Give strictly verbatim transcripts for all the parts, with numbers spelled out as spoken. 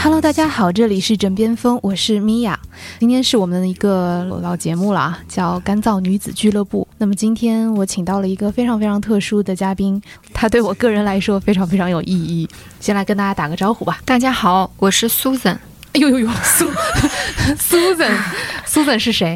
Hello， 大家好，这里是枕边风，我是米娅。今天是我们的一个老节目了，叫干燥女子俱乐部。那么今天我请到了一个非常非常特殊的嘉宾，他对我个人来说非常非常有意义。先来跟大家打个招呼吧。 大家好，我是 Susan。 哎呦呦呦，苏 Susan Susan 是谁？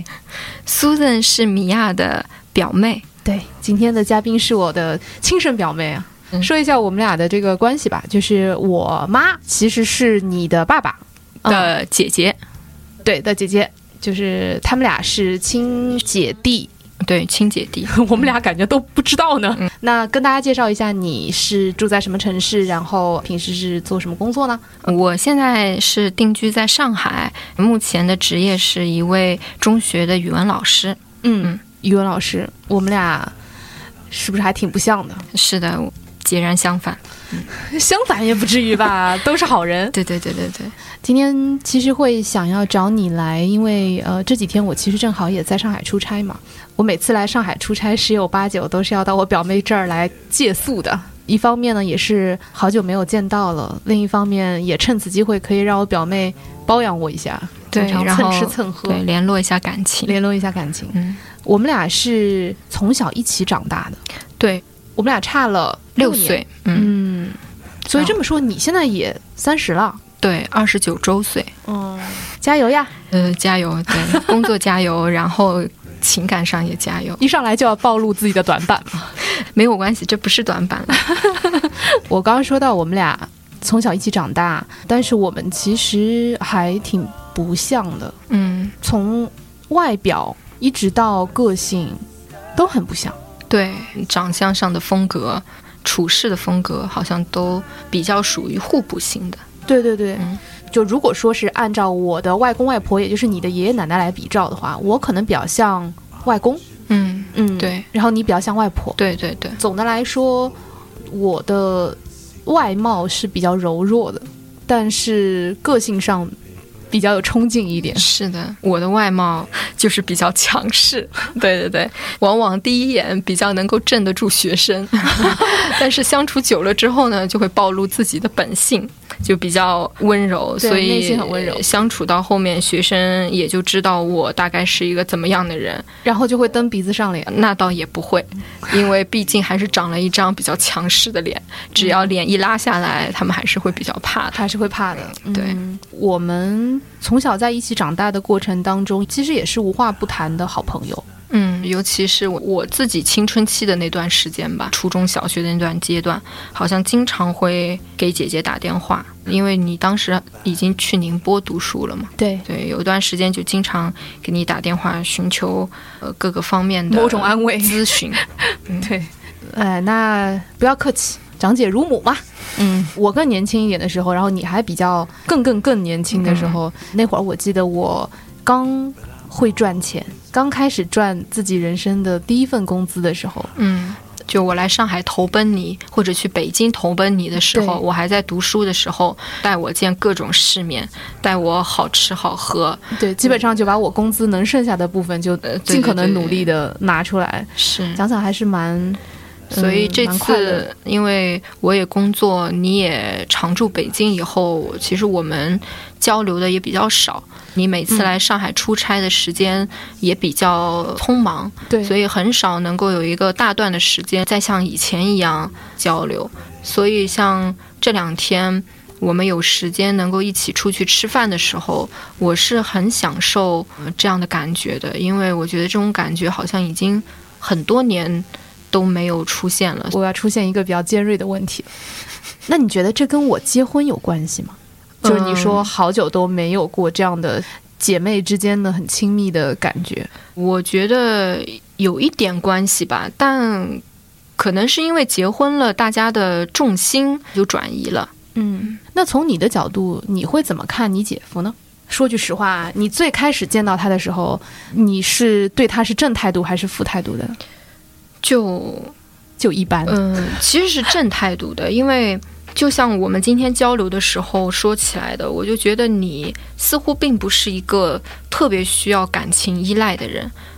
Susan 是米娅的表妹。 对，今天的嘉宾是我的亲生表妹啊。嗯、说一下我们俩的这个关系吧，就是我妈其实是你的爸爸的姐姐、嗯、 对的姐姐，就是他们俩是亲姐弟。 对，亲姐弟我们俩感觉都不知道呢、嗯、那跟大家介绍一下，你是住在什么城市，然后平时是做什么工作呢？ 我现在是定居在上海，目前的职业是一位中学的语文老师。 嗯嗯，语文老师，我们俩是不是还挺不像的？ 是的，截然相反。 嗯、相反也不至于吧，都是好人。 对对对对对。 今天其实会想要找你来，因为呃这几天我其实正好也在上海出差嘛。我每次来上海出差，十有八九都是要到我表妹这儿来借宿的。一方面呢，也是好久没有见到了；另一方面，也趁此机会可以让我表妹包养我一下， 对， 然后蹭吃蹭喝， 对，联络一下感情， 联络一下感情。嗯，我们俩是从小一起长大的。 对。 我们俩差了六岁，嗯， 嗯，所以这么说，你现在也三十了， 对，二十九周岁， 嗯，加油呀， 呃，加油，对，工作加油，然后情感上也加油， 一上来就要暴露自己的短板嘛， 没有关系，这不是短板了。 我刚刚说到我们俩从小一起长大，但是我们其实还挺不像的，嗯，从外表一直到个性都很不像。 对，长相上的风格，处事的风格好像都比较属于互补型的。 对对对、嗯、就如果说是按照我的外公外婆，也就是你的爷爷奶奶来比照的话，我可能比较像外公。 嗯嗯， 对。 然后你比较像外婆。 对对对。 总的来说，我的外貌是比较柔弱的，但是个性上比较有冲劲一点。 是的，我的外貌就是比较强势。对对对，往往第一眼比较能够镇得住学生，但是相处久了之后呢，就会暴露自己的本性，就比较温柔，所以内心很温柔。 相处到后面，学生也就知道我大概是一个怎么样的人， 然后就会蹬鼻子上脸。 那倒也不会，因为毕竟还是长了一张比较强势的脸，只要脸一拉下来，他们还是会比较怕的， 还是会怕的。 对、 嗯，我们从小在一起长大的过程当中，其实也是无话不谈的好朋友。 嗯，尤其是我自己青春期的那段时间吧，初中小学的那段阶段，好像经常会给姐姐打电话，因为你当时已经去宁波读书了嘛。 对对，有一段时间就经常给你打电话，寻求呃各个方面的某种安慰咨询。 嗯、对，呃，那不要客气，长姐如母嘛。嗯，我更年轻一点的时候，然后你还比较更更更年轻的时候、嗯、那会儿我记得我刚会赚钱，刚开始赚自己人生的第一份工资的时候， 嗯，就我来上海投奔你，或者去北京投奔你的时候，我还在读书的时候，带我见各种世面，带我好吃好喝， 对，基本上就把我工资能剩下的部分就尽可能努力的拿出来， 是想想还是蛮。 所以这次因为我也工作，你也常驻北京以后，其实我们交流的也比较少，你每次来上海出差的时间也比较匆忙， 对、嗯， 所以很少能够有一个大段的时间再像以前一样交流。所以像这两天我们有时间能够一起出去吃饭的时候，我是很享受这样的感觉的，因为我觉得这种感觉好像已经很多年都没有出现了。 我要出现一个比较尖锐的问题，那你觉得这跟我结婚有关系吗？就是你说好久都没有过这样的姐妹之间的很亲密的感觉。 我觉得有一点关系吧，但可能是因为结婚了，大家的重心就转移了。 嗯，那从你的角度，你会怎么看你姐夫呢？说句实话，你最开始见到他的时候，你是对他是正态度还是负态度的？ 就就一般。 嗯，其实是正态度的，因为就像我们今天交流的时候说起来的，我就觉得你似乎并不是一个特别需要感情依赖的人，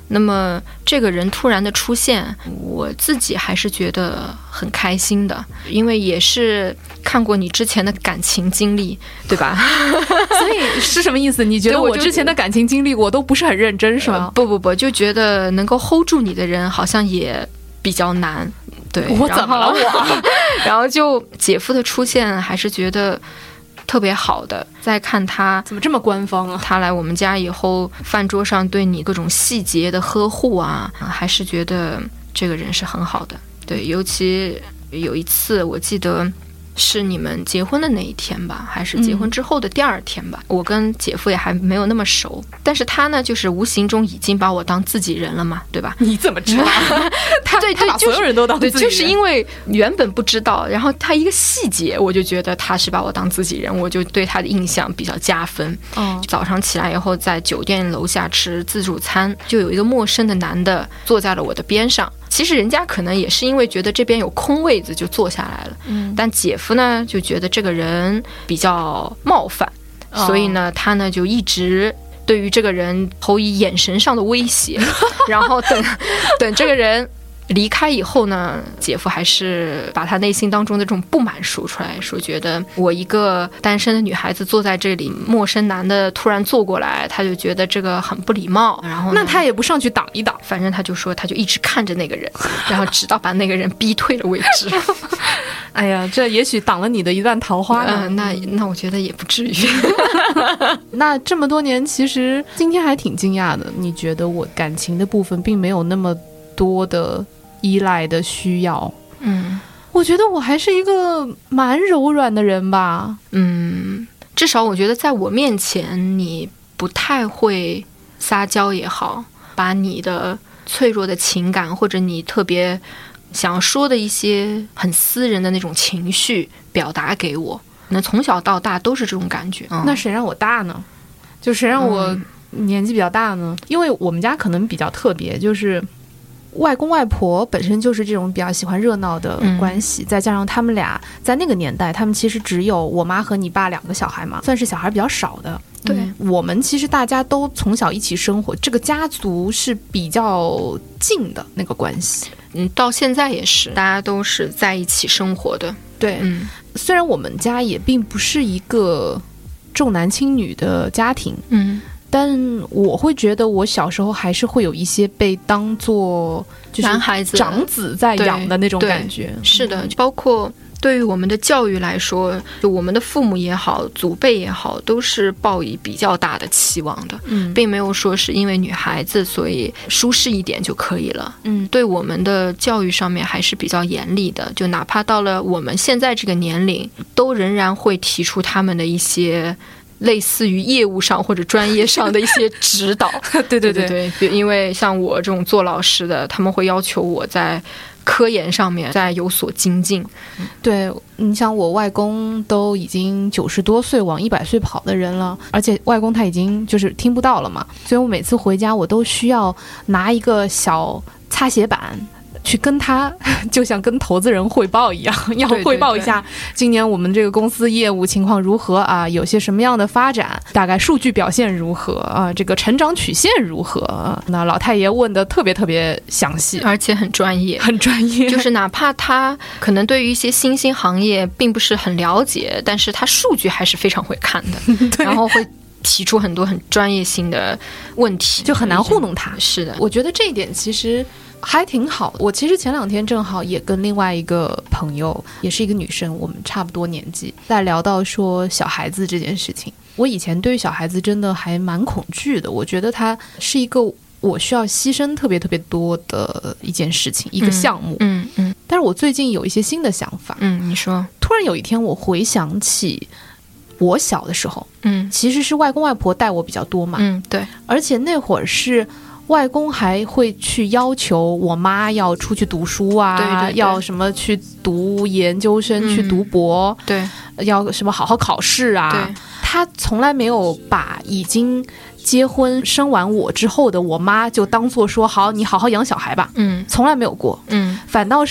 那么这个人突然的出现，我自己还是觉得很开心的，因为也是看过你之前的感情经历，对吧？ 所以是什么意思？你觉得我之前的感情经历我都不是很认真是吗？ 呃、不不不，就觉得能够 hold 住你的人好像也比较难。对， 我怎么了我？ 然后就姐夫的出现还是觉得特别好的。再看他怎么这么官方啊？ 他来我们家以后，饭桌上对你各种细节的呵护啊，还是觉得这个人是很好的。对，尤其有一次我记得是你们结婚的那一天吧，还是结婚之后的第二天吧、嗯、我跟姐夫也还没有那么熟，但是他呢就是无形中已经把我当自己人了嘛，对吧？ 你怎么知道？他对对， 他把所有人都当自己人， 对，就是因为原本不知道，然后他一个细节我就觉得他是把我当自己人，我就对他的印象比较加分。 哦， 早上起来以后在酒店楼下吃自助餐，就有一个陌生的男的坐在了我的边上，其实人家可能也是因为觉得这边有空位子就坐下来了，嗯，但姐夫呢就觉得这个人比较冒犯、哦、所以呢他呢就一直对于这个人投以眼神上的威胁然后等等这个人离开以后呢，姐夫还是把他内心当中的这种不满说出来，说觉得我一个单身的女孩子坐在这里，陌生男的突然坐过来，他就觉得这个很不礼貌。然后那他也不上去挡一挡， 反正他就说他就一直看着那个人，然后直到把那个人逼退了为止。 哎呀，这也许挡了你的一段桃花呢。 嗯、那那我觉得也不至于。 那这么多年，其实今天还挺惊讶的。你觉得我感情的部分并没有那么多的依赖的需要？嗯，我觉得我还是一个蛮柔软的人吧。 嗯，至少我觉得在我面前，你不太会撒娇也好，把你的脆弱的情感或者你特别想要说的一些很私人的那种情绪表达给我。那从小到大都是这种感觉。嗯、 那谁让我大呢？就谁让我年纪比较大呢？嗯、因为我们家可能比较特别，就是外公外婆本身就是这种比较喜欢热闹的关系、嗯、再加上他们俩在那个年代，他们其实只有我妈和你爸两个小孩嘛，算是小孩比较少的。 对、 嗯、我们其实大家都从小一起生活，这个家族是比较近的那个关系。 嗯，到现在也是，大家都是在一起生活的。 对，嗯，虽然我们家也并不是一个重男轻女的家庭，嗯，但我会觉得我小时候还是会有一些被当作就是男孩子长子在养的那种感觉。 是的，包括对于我们的教育来说，就我们的父母也好，祖辈也好，都是抱以比较大的期望的，嗯，并没有说是因为女孩子所以舒适一点就可以了，嗯，对我们的教育上面还是比较严厉的，就哪怕到了我们现在这个年龄，都仍然会提出他们的一些类似于业务上或者专业上的一些指导。 对对对对对，因为像我这种做老师的，他们会要求我在科研上面再有所精进。 对，你想我外公都已经九十多岁往一百岁跑的人了，而且外公他已经就是听不到了嘛，所以我每次回家我都需要拿一个小擦鞋板去跟他就像跟投资人汇报一样，要汇报一下今年我们这个公司业务情况如何啊，有些什么样的发展，大概数据表现如何啊，这个成长曲线如何啊。那老太爷问的特别特别详细， 而且很专业， 很专业， 就是哪怕他可能对于一些新兴行业并不是很了解，但是他数据还是非常会看的然后会提出很多很专业性的问题， 就很难糊弄他。 是的， 我觉得这一点其实还挺好。我其实前两天正好也跟另外一个朋友，也是一个女生，我们差不多年纪，在聊到说小孩子这件事情。我以前对于小孩子真的还蛮恐惧的，我觉得它是一个我需要牺牲特别特别多的一件事情，一个项目。嗯 嗯, 嗯。但是我最近有一些新的想法。 嗯，你说。 突然有一天我回想起我小的时候，嗯，其实是外公外婆带我比较多嘛。 嗯，对。 而且那会儿是外公还会去要求我妈要出去读书啊， 对对对， 要什么去读研究生、嗯、去读博， 对， 要什么好好考试啊。 对， 他从来没有把已经结婚生完我之后的我妈就当作说好你好好养小孩吧，嗯，从来没有过，嗯，反倒是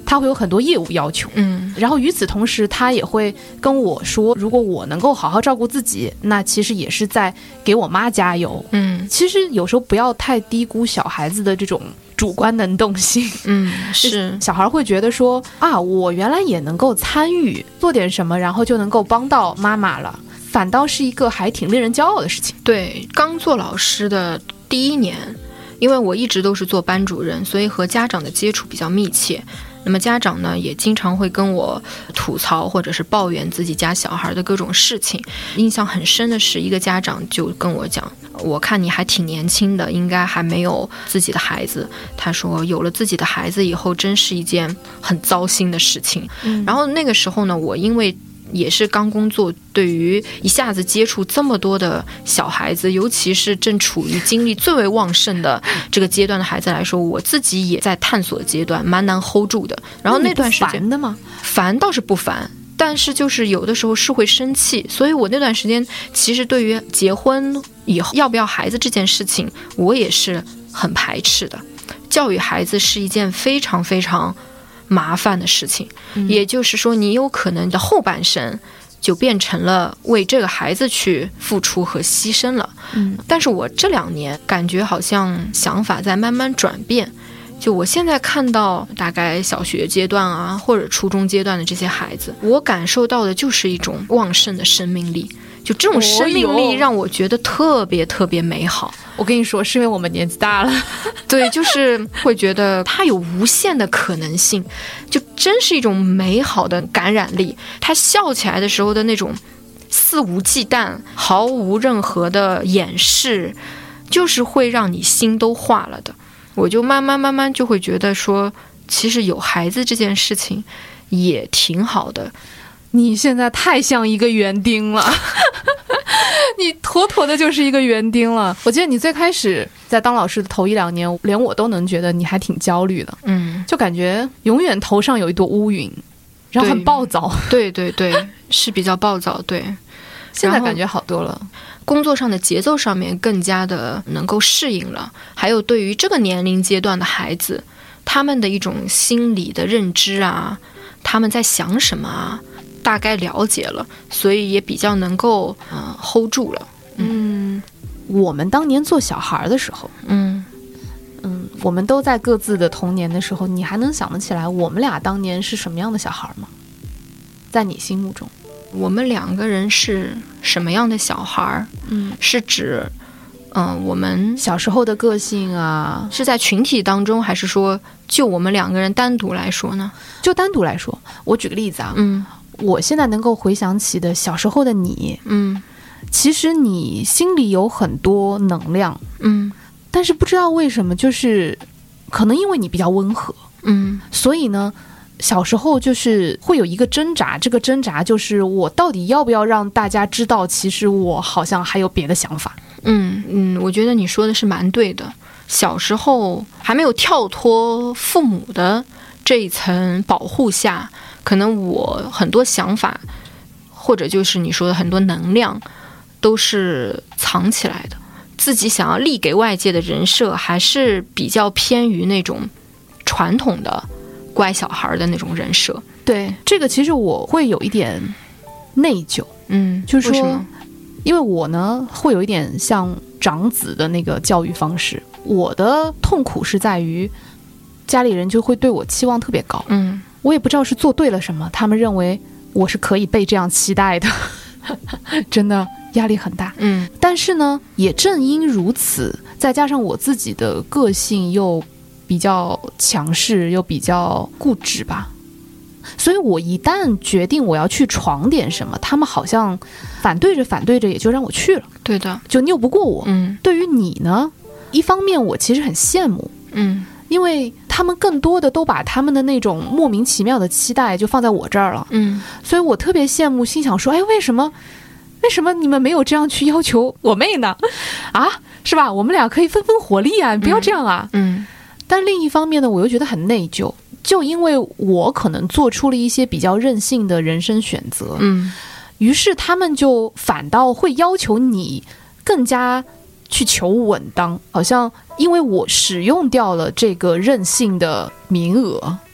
他会有很多业务要求， 嗯， 然后与此同时他也会跟我说，如果我能够好好照顾自己，那其实也是在给我妈加油。 嗯， 其实有时候不要太低估小孩子的这种主观能动性。 嗯，是小孩会觉得说啊，我原来也能够参与做点什么，然后就能够帮到妈妈了，反倒是一个还挺令人骄傲的事情。 对，刚做老师的第一年，因为我一直都是做班主任，所以和家长的接触比较密切。那么家长呢，也经常会跟我吐槽或者是抱怨自己家小孩的各种事情。印象很深的是，一个家长就跟我讲，我看你还挺年轻的，应该还没有自己的孩子。他说有了自己的孩子以后，真是一件很糟心的事情。 嗯、 然后那个时候呢，我因为也是刚工作，对于一下子接触这么多的小孩子，尤其是正处于精力最为旺盛的这个阶段的孩子来说，我自己也在探索阶段，蛮难 hold 住的。然后那段时间烦的吗？ 烦倒是不烦，但是就是有的时候是会生气，所以我那段时间其实对于结婚以后要不要孩子这件事情，我也是很排斥的。教育孩子是一件非常非常麻烦的事情， 嗯、 也就是说你有可能的后半生就变成了为这个孩子去付出和牺牲了。 嗯， 但是我这两年感觉好像想法在慢慢转变，就我现在看到大概小学阶段啊或者初中阶段的这些孩子，我感受到的就是一种旺盛的生命力，就这种生命力让我觉得特别特别美好。 我跟你说，是因为我们年纪大了。 对，就是会觉得它有无限的可能性，就真是一种美好的感染力。他笑起来的时候的那种肆无忌惮，毫无任何的掩饰，就是会让你心都化了的。我就慢慢慢慢就会觉得说，其实有孩子这件事情也挺好的。 你现在太像一个园丁了。你妥妥的就是一个园丁了。我记得你最开始在当老师的头一两年，连我都能觉得你还挺焦虑的。 嗯， 就感觉永远头上有一朵乌云，然后很暴躁。 对对对，是比较暴躁。对， 现在感觉好多了， 工作上的节奏上面更加的能够适应了。还有对于这个年龄阶段的孩子，他们的一种心理的认知啊，他们在想什么啊，大概了解了，所以也比较能够呃 hold 住了。 嗯，我们当年做小孩的时候， 嗯嗯，我们都在各自的童年的时候，你还能想得起来我们俩当年是什么样的小孩吗？在你心目中， 我们两个人是什么样的小孩？ 嗯， 是指嗯、呃，我们小时候的个性啊， 是在群体当中，还是说就我们两个人单独来说呢？ 就单独来说，我举个例子啊， 嗯。 我现在能够回想起的小时候的你， 嗯， 其实你心里有很多能量， 嗯， 但是不知道为什么，就是可能因为你比较温和， 嗯， 所以呢，小时候就是会有一个挣扎，这个挣扎就是我到底要不要让大家知道，其实我好像还有别的想法。 嗯嗯，我觉得你说的是蛮对的。小时候还没有跳脱父母的这一层保护下，可能我很多想法，或者就是你说的很多能量，都是藏起来的。自己想要立给外界的人设，还是比较偏于那种传统的乖小孩的那种人设。 对，这个其实我会有一点内疚。 嗯， 就是说， 为什么？ 因为我呢会有一点像长子的那个教育方式，我的痛苦是在于家里人就会对我期望特别高。 嗯， 我也不知道是做对了什么，他们认为我是可以被这样期待的。真的压力很大。 嗯， 但是呢也正因如此，再加上我自己的个性又比较强势又比较固执吧，所以我一旦决定我要去闯点什么，他们好像反对着反对着也就让我去了。 对的， 就拗不过我。 嗯， 对于你呢，一方面我其实很羡慕， 嗯， 因为他们更多的都把他们的那种莫名其妙的期待就放在我这儿了。 嗯， 所以我特别羡慕，心想说，哎，为什么为什么你们没有这样去要求我妹呢？啊，是吧？我们俩可以分分火力啊，你不要这样啊。 嗯，嗯， 但另一方面呢，我又觉得很内疚，就因为我可能做出了一些比较任性的人生选择， 嗯， 于是他们就反倒会要求你更加去求稳当，好像因为我使用掉了这个任性的名额，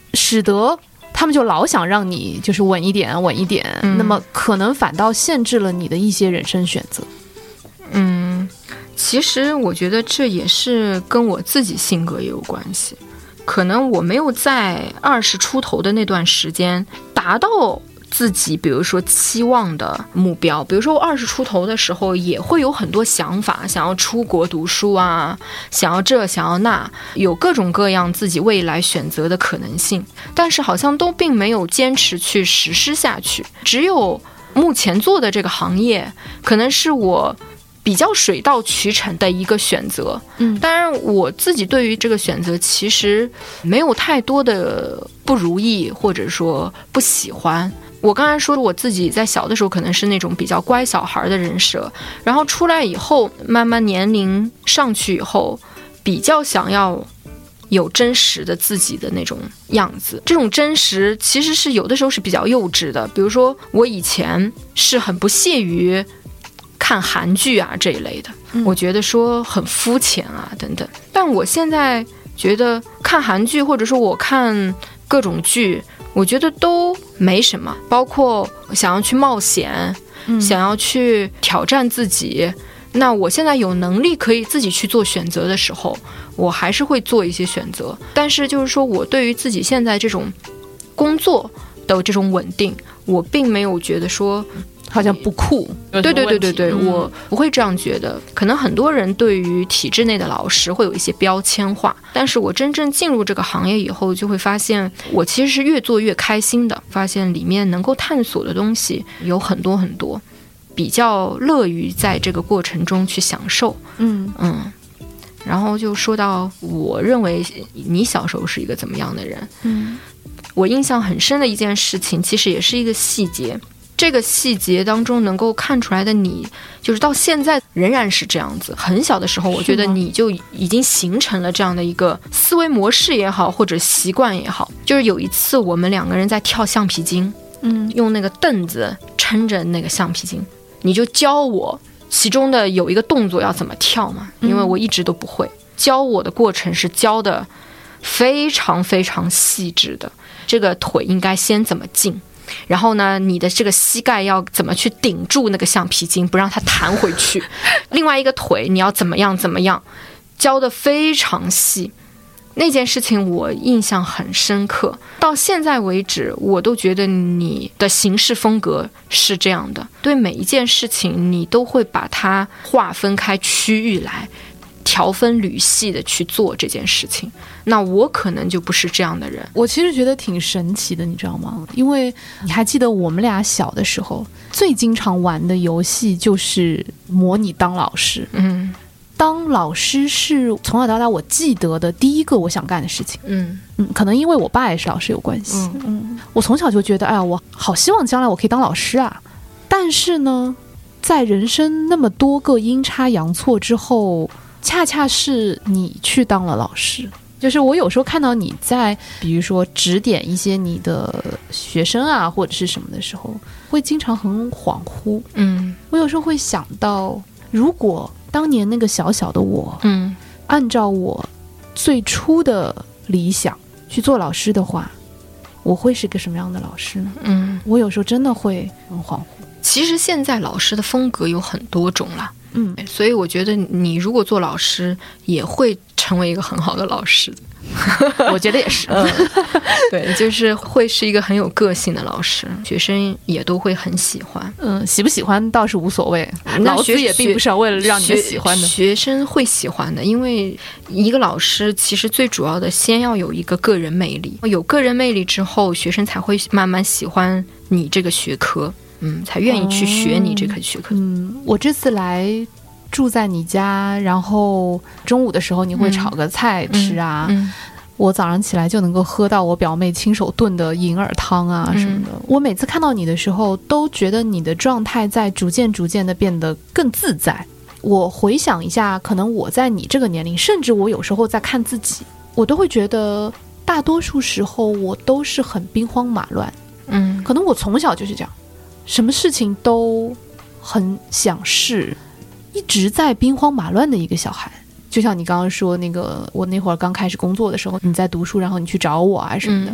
使得他们就老想让你就是稳一点稳一点、嗯、那么可能反倒限制了你的一些人生选择。 嗯，其实我觉得这也是跟我自己性格也有关系，可能我没有在二十出头的那段时间达到自己比如说期望的目标，比如说我二十出头的时候也会有很多想法，想要出国读书啊，想要这想要那，有各种各样自己未来选择的可能性，但是好像都并没有坚持去实施下去。只有目前做的这个行业可能是我比较水到渠成的一个选择。嗯，当然我自己对于这个选择其实没有太多的不如意或者说不喜欢。我刚才说我自己在小的时候可能是那种比较乖小孩的人设，然后出来以后慢慢年龄上去以后比较想要有真实的自己的那种样子。这种真实其实是有的时候是比较幼稚的，比如说我以前是很不屑于看韩剧啊这一类的、嗯、我觉得说很肤浅啊等等，但我现在觉得看韩剧或者说我看各种剧我觉得都没什么，包括想要去冒险、嗯、想要去挑战自己，那我现在有能力可以自己去做选择的时候我还是会做一些选择。但是就是说我对于自己现在这种工作的这种稳定我并没有觉得说好像不酷。 对对对对对、嗯、我不会这样觉得。可能很多人对于体制内的老师会有一些标签化，但是我真正进入这个行业以后就会发现我其实是越做越开心的，发现里面能够探索的东西有很多很多，比较乐于在这个过程中去享受。嗯嗯。然后就说到我认为你小时候是一个怎么样的人。嗯，我印象很深的一件事情其实也是一个细节，这个细节当中能够看出来的你就是到现在仍然是这样子。很小的时候我觉得你就已经形成了这样的一个思维模式也好或者习惯也好。就是有一次我们两个人在跳橡皮筋，嗯，用那个凳子撑着那个橡皮筋，你就教我其中的有一个动作要怎么跳嘛，因为我一直都不会、嗯、教我的过程是教的非常非常细致的，这个腿应该先怎么进，然后呢你的这个膝盖要怎么去顶住那个橡皮筋不让它弹回去另外一个腿你要怎么样怎么样，教得非常细。那件事情我印象很深刻，到现在为止我都觉得你的行事风格是这样的，对每一件事情你都会把它划分开区域来条分缕细的去做这件事情。那我可能就不是这样的人。 我其实觉得挺神奇的你知道吗，因为你还记得我们俩小的时候最经常玩的游戏就是模拟当老师。嗯，当老师是从小到大我记得的第一个我想干的事情。嗯嗯，可能因为我爸也是老师有关系。嗯嗯，我从小就觉得哎呀我好希望将来我可以当老师啊。但是呢在人生那么多个阴差阳错之后恰恰是你去当了老师。就是我有时候看到你在比如说指点一些你的学生啊或者是什么的时候会经常很恍惚。嗯，我有时候会想到如果当年那个小小的我嗯，按照我最初的理想去做老师的话我会是个什么样的老师呢？嗯，我有时候真的会很恍惚。 其实现在老师的风格有很多种了。嗯，所以我觉得你如果做老师也会成为一个很好的老师。 我觉得也是。 嗯，对，就是会是一个很有个性的老师，学生也都会很喜欢。 嗯，喜不喜欢倒是无所谓，老师也并不是要为了让你们喜欢的。 学生会喜欢的，因为一个老师其实最主要的先要有一个个人魅力，有个人魅力之后学生才会慢慢喜欢你这个学科。嗯，才愿意去学你这个学科。 嗯，我这次来住在你家，然后中午的时候你会炒个菜吃啊、嗯嗯嗯、我早上起来就能够喝到我表妹亲手炖的银耳汤啊什么的、嗯、我每次看到你的时候都觉得你的状态在逐渐逐渐的变得更自在。我回想一下可能我在你这个年龄，甚至我有时候在看自己，我都会觉得大多数时候我都是很兵荒马乱。嗯，可能我从小就是这样，什么事情都很想试，一直在兵荒马乱的一个小孩。就像你刚刚说那个，我那会儿刚开始工作的时候你在读书，然后你去找我啊什么的、嗯、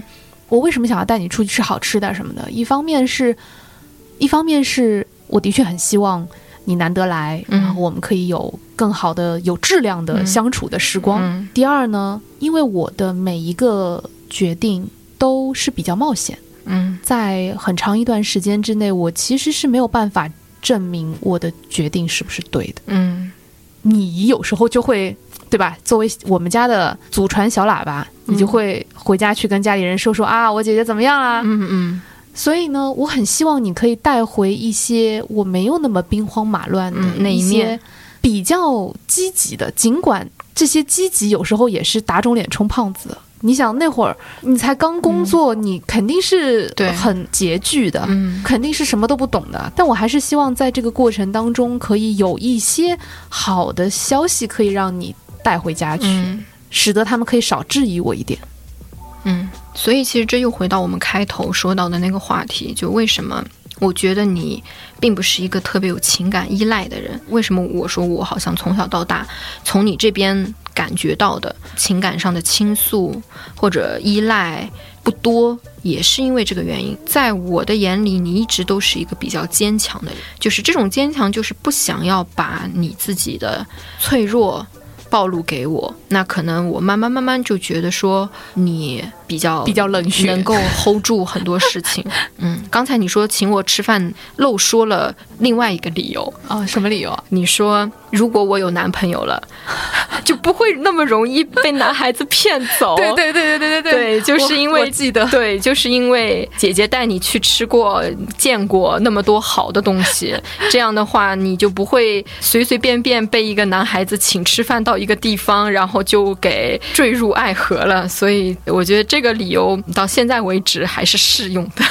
我为什么想要带你出去吃好吃的什么的，一方面是一方面是我的确很希望你难得来， 嗯、 然后我们可以有更好的有质量的相处的时光、 嗯嗯、 第二呢，因为我的每一个决定都是比较冒险， 嗯， 在很长一段时间之内我其实是没有办法证明我的决定是不是对的。 嗯， 你有时候就会对吧，作为我们家的祖传小喇叭，你就会回家去跟家里人说说、嗯、啊我姐姐怎么样啊， 嗯嗯， 所以呢我很希望你可以带回一些我没有那么兵荒马乱的、 嗯、那一面， 比较积极的，尽管这些积极有时候也是打肿脸充胖子。你想那会儿你才刚工作、嗯、你肯定是很拮据的、嗯、肯定是什么都不懂的，但我还是希望在这个过程当中可以有一些好的消息可以让你带回家去、嗯、使得他们可以少质疑我一点。 嗯，所以其实这又回到我们开头说到的那个话题，就为什么我觉得你并不是一个特别有情感依赖的人，为什么我说我好像从小到大从你这边感觉到的情感上的倾诉或者依赖不多，也是因为这个原因。在我的眼里你一直都是一个比较坚强的人，就是这种坚强就是不想要把你自己的脆弱暴露给我，那可能我慢慢慢慢就觉得说你比较比较冷血， 能够 hold 住很多事情。嗯，刚才你说请我吃饭，漏说了另外一个理由啊、哦，什么理由啊？ 你说如果我有男朋友了，就不会那么容易被男孩子骗走。 对对对对对对对，就是因为我记得， 对，就是因为姐姐带你去吃过、见过那么多好的东西，这样的话你就不会随随便便被一个男孩子请吃饭到一个地方，然后就给坠入爱河了。所以我觉得这个理由到现在为止还是适用的。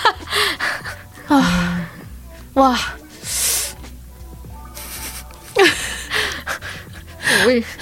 啊，哇！ 我也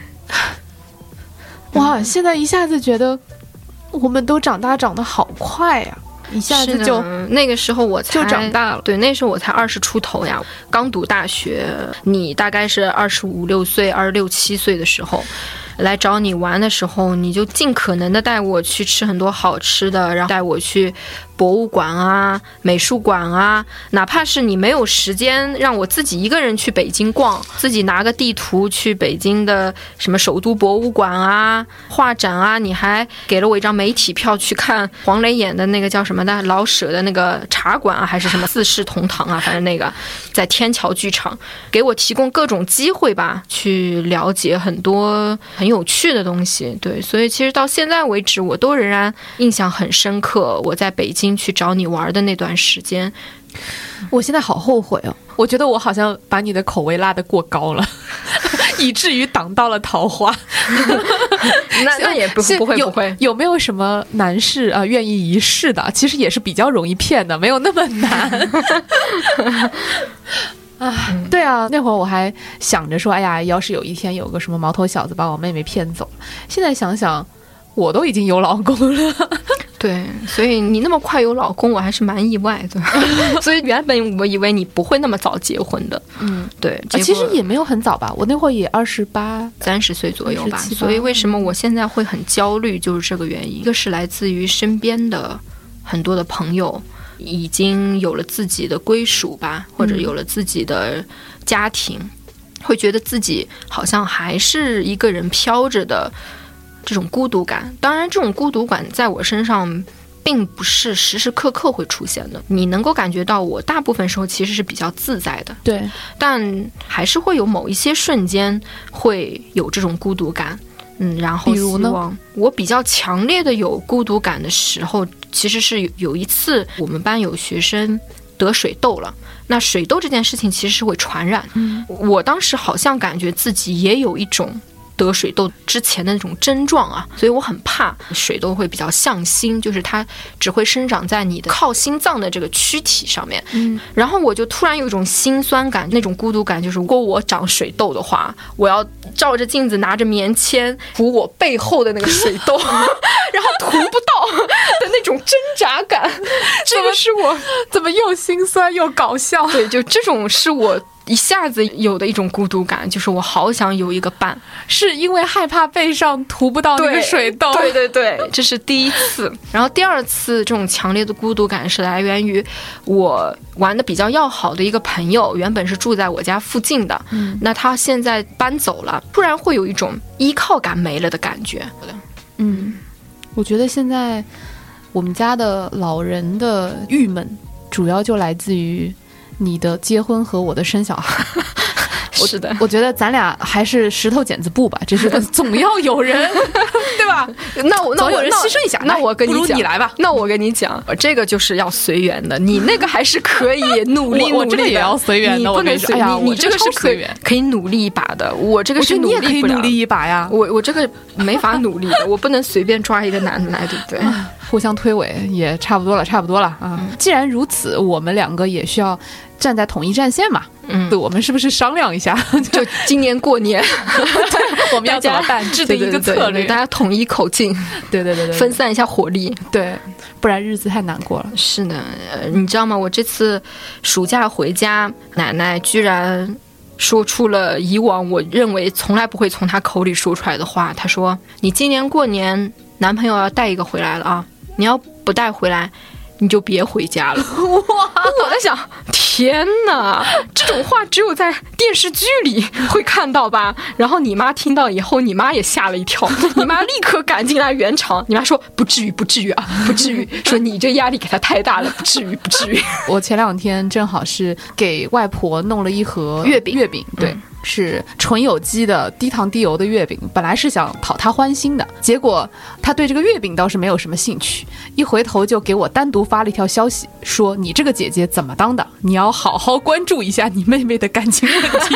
哇，现在一下子觉得我们都长大长得好快呀、啊，一下子就那个时候我才就长大了。 对，那时候我才二十出头呀，刚读大学。你大概是二十五六岁、二十六七岁的时候。来找你玩的时候，你就尽可能的带我去吃很多好吃的，然后带我去博物馆啊、美术馆啊，哪怕是你没有时间让我自己一个人去北京逛，自己拿个地图去北京的什么首都博物馆啊、画展啊，你还给了我一张媒体票去看黄磊演的那个叫什么的老舍的那个茶馆啊，还是什么四世同堂啊，反正那个在天桥剧场，给我提供各种机会吧，去了解很多很有趣的东西。对，所以其实到现在为止我都仍然印象很深刻，我在北京去找你玩的那段时间。 我现在好后悔哦，我觉得我好像把你的口味拉得过高了，以至于挡到了桃花。 那那也不不会不会有。有没有什么男士啊、呃、愿意一试的？其实也是比较容易骗的，没有那么难。啊，对啊，那会儿我还想着说，哎呀，要是有一天有个什么毛头小子把我妹妹骗走，现在想想，我都已经有老公了。 对，所以你那么快有老公，我还是蛮意外的。所以原本我以为你不会那么早结婚的。嗯，对， 啊、其实也没有很早吧，我那会儿也二十八、 三十岁左右吧。所以为什么我现在会很焦虑，就是这个原因。一个是来自于身边的很多的朋友已经有了自己的归属吧，或者有了自己的家庭，嗯、会觉得自己好像还是一个人飘着的。这种孤独感，当然这种孤独感在我身上并不是时时刻刻会出现的，你能够感觉到我大部分时候其实是比较自在的， 对， 但还是会有某一些瞬间会有这种孤独感。嗯，然后希望我比较强烈的有孤独感的时候，其实是有一次我们班有学生得水痘了，那水痘这件事情其实是会传染，嗯，我当时好像感觉自己也有一种得水痘之前的那种症状啊，所以我很怕水痘会比较向心，就是它只会生长在你的靠心脏的这个躯体上面。嗯，然后我就突然有一种心酸感，那种孤独感，就是如果我长水痘的话，我要照着镜子拿着棉签涂我背后的那个水痘，然后涂不到的那种挣扎感。这个是我怎么又心酸又搞笑？ 对，就这种是我一下子有的一种孤独感，就是我好想有一个伴。 是因为害怕背上涂不到那个水痘？ 对对对，这是第一次。然后第二次这种强烈的孤独感是来源于我玩的比较要好的一个朋友，原本是住在我家附近的，嗯，那他现在搬走了，突然会有一种依靠感没了的感觉。 嗯，我觉得现在我们家的老人的郁闷主要就来自于你的结婚和我的生小孩。 是的， 我觉得咱俩还是石头剪子布吧，这是总要有人对吧？ 那我那我有人牺牲一下， 那我跟你讲， 不如你来吧。 那我跟你讲，这个就是要随缘的，你那个还是可以努力努力的， 我这个也要随缘的， 你不能随， 哎呀， 你你这个是可以可以努力一把的，我这个是努力不了， 我觉得你也可以努力一把呀， 我我这个没法努力的，我不能随便抓一个男的来，对不对？ 互相推诿也差不多了，差不多了啊！嗯、既然如此，我们两个也需要站在统一战线嘛。嗯，对，我们是不是商量一下？ 就今年过年， 我们要怎么办？制定一个策略， 对对对，大家统一口径， 对对对对， 分散一下火力， 对，不然日子太难过了。 是的，呃，你知道吗？我这次暑假回家，奶奶居然说出了以往我认为从来不会从她口里说出来的话。她说：“你今年过年男朋友要带一个回来了啊！你要不带回来，你就别回家了。”哇！我在想，天哪，这种话只有在电视剧里会看到吧？然后你妈听到以后，你妈也吓了一跳，你妈立刻赶进来圆场。你妈说：“不至于，不至于啊，不至于。”说你这压力给她太大了，不至于，不至于。 我前两天正好是给外婆弄了一盒月饼， 月饼，对。嗯，是纯有机的低糖低油的月饼，本来是想讨他欢心的，结果他对这个月饼倒是没有什么兴趣，一回头就给我单独发了一条消息，说你这个姐姐怎么当的，你要好好关注一下你妹妹的感情问题。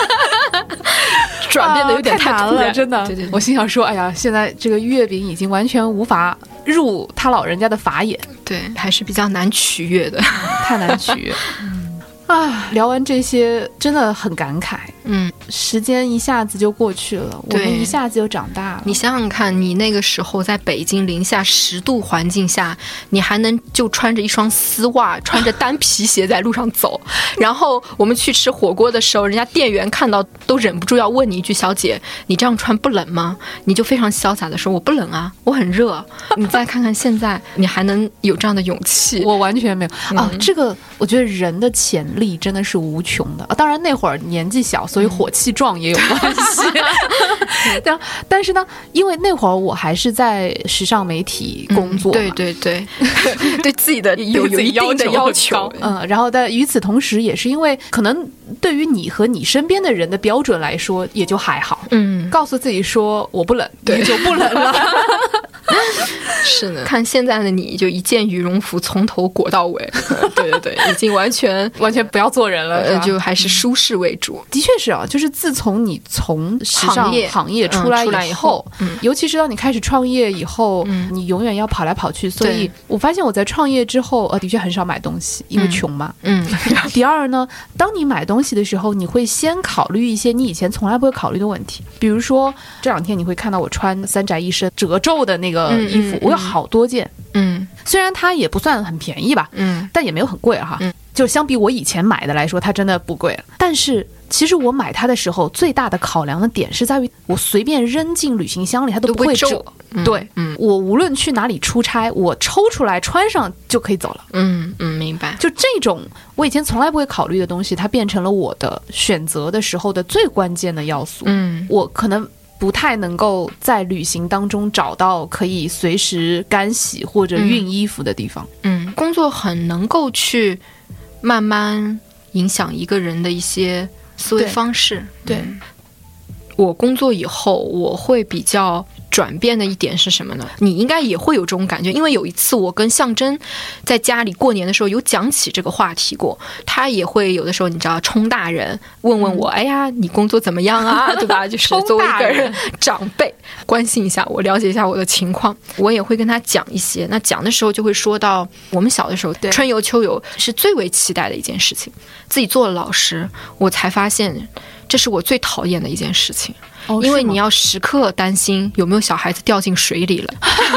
转变的有点太突然、 啊、了，真的。对对对，我心想说，哎呀，现在这个月饼已经完全无法入他老人家的法眼， 对，还是比较难取悦的， 太难取悦。啊，聊完这些真的很感慨。 嗯， 时间一下子就过去了，我们一下子就长大了。 你想想看，你那个时候在北京零下十度环境下，你还能就穿着一双丝袜，穿着单皮鞋在路上走。然后我们去吃火锅的时候，人家店员看到都忍不住要问你一句：“小姐，你这样穿不冷吗？”你就非常潇洒的说：“我不冷啊，我很热。”你再看看现在，你还能有这样的勇气？ 我完全没有、嗯、啊！这个我觉得人的潜力真的是无穷的啊！当然那会儿年纪小，所以火气壮也有关系。但但是呢，因为那会儿我还是在时尚媒体工作、嗯， 对对对，对自己的有有一定的要求， 嗯，然后但与此同时，也是因为可能对于你和你身边的人的标准来说，也就还好，嗯，告诉自己说我不冷，也就不冷了。 是的，看现在的你就一件羽绒服从头裹到尾，对对对，已经完全完全不要做人了， 呃，就还是舒适为主。 的确是啊，就是自从你从时尚行业出来以后，嗯、 出来以后嗯、尤其是当你开始创业以后、嗯，你永远要跑来跑去，所以我发现我在创业之后，呃，的确很少买东西，因为穷嘛。嗯。嗯第二呢，当你买东西的时候，你会先考虑一些你以前从来不会考虑的问题，比如说这两天你会看到我穿三宅一生褶皱的那个衣服，嗯嗯嗯、我有好多件。嗯，虽然它也不算很便宜吧，嗯，但也没有很贵哈。嗯，就相比我以前买的来说，它真的不贵了。但是其实我买它的时候，最大的考量的点是在于，我随便扔进旅行箱里，它都不会皱。嗯、对，嗯，我无论去哪里出差，我抽出来穿上就可以走了。 嗯嗯，明白。 就这种我以前从来不会考虑的东西，它变成了我的选择的时候的最关键的要素。嗯，我可能不太能够在旅行当中找到可以随时干洗或者熨衣服的地方。 嗯，工作很能够去慢慢影响一个人的一些思维方式。 对， 嗯、我工作以后，我会比较转变的一点是什么呢？你应该也会有这种感觉，因为有一次我跟象征在家里过年的时候有讲起这个话题过，他也会有的时候你知道冲大人问问我、嗯、哎呀你工作怎么样啊，对吧？就是作为一个人长辈关心一下我，了解一下我的情况，我也会跟他讲一些。那讲的时候就会说到我们小的时候春游秋游是最为期待的一件事情，自己做了老师我才发现这是我最讨厌的一件事情。哦、因为你要时刻担心有没有小孩子掉进水里了，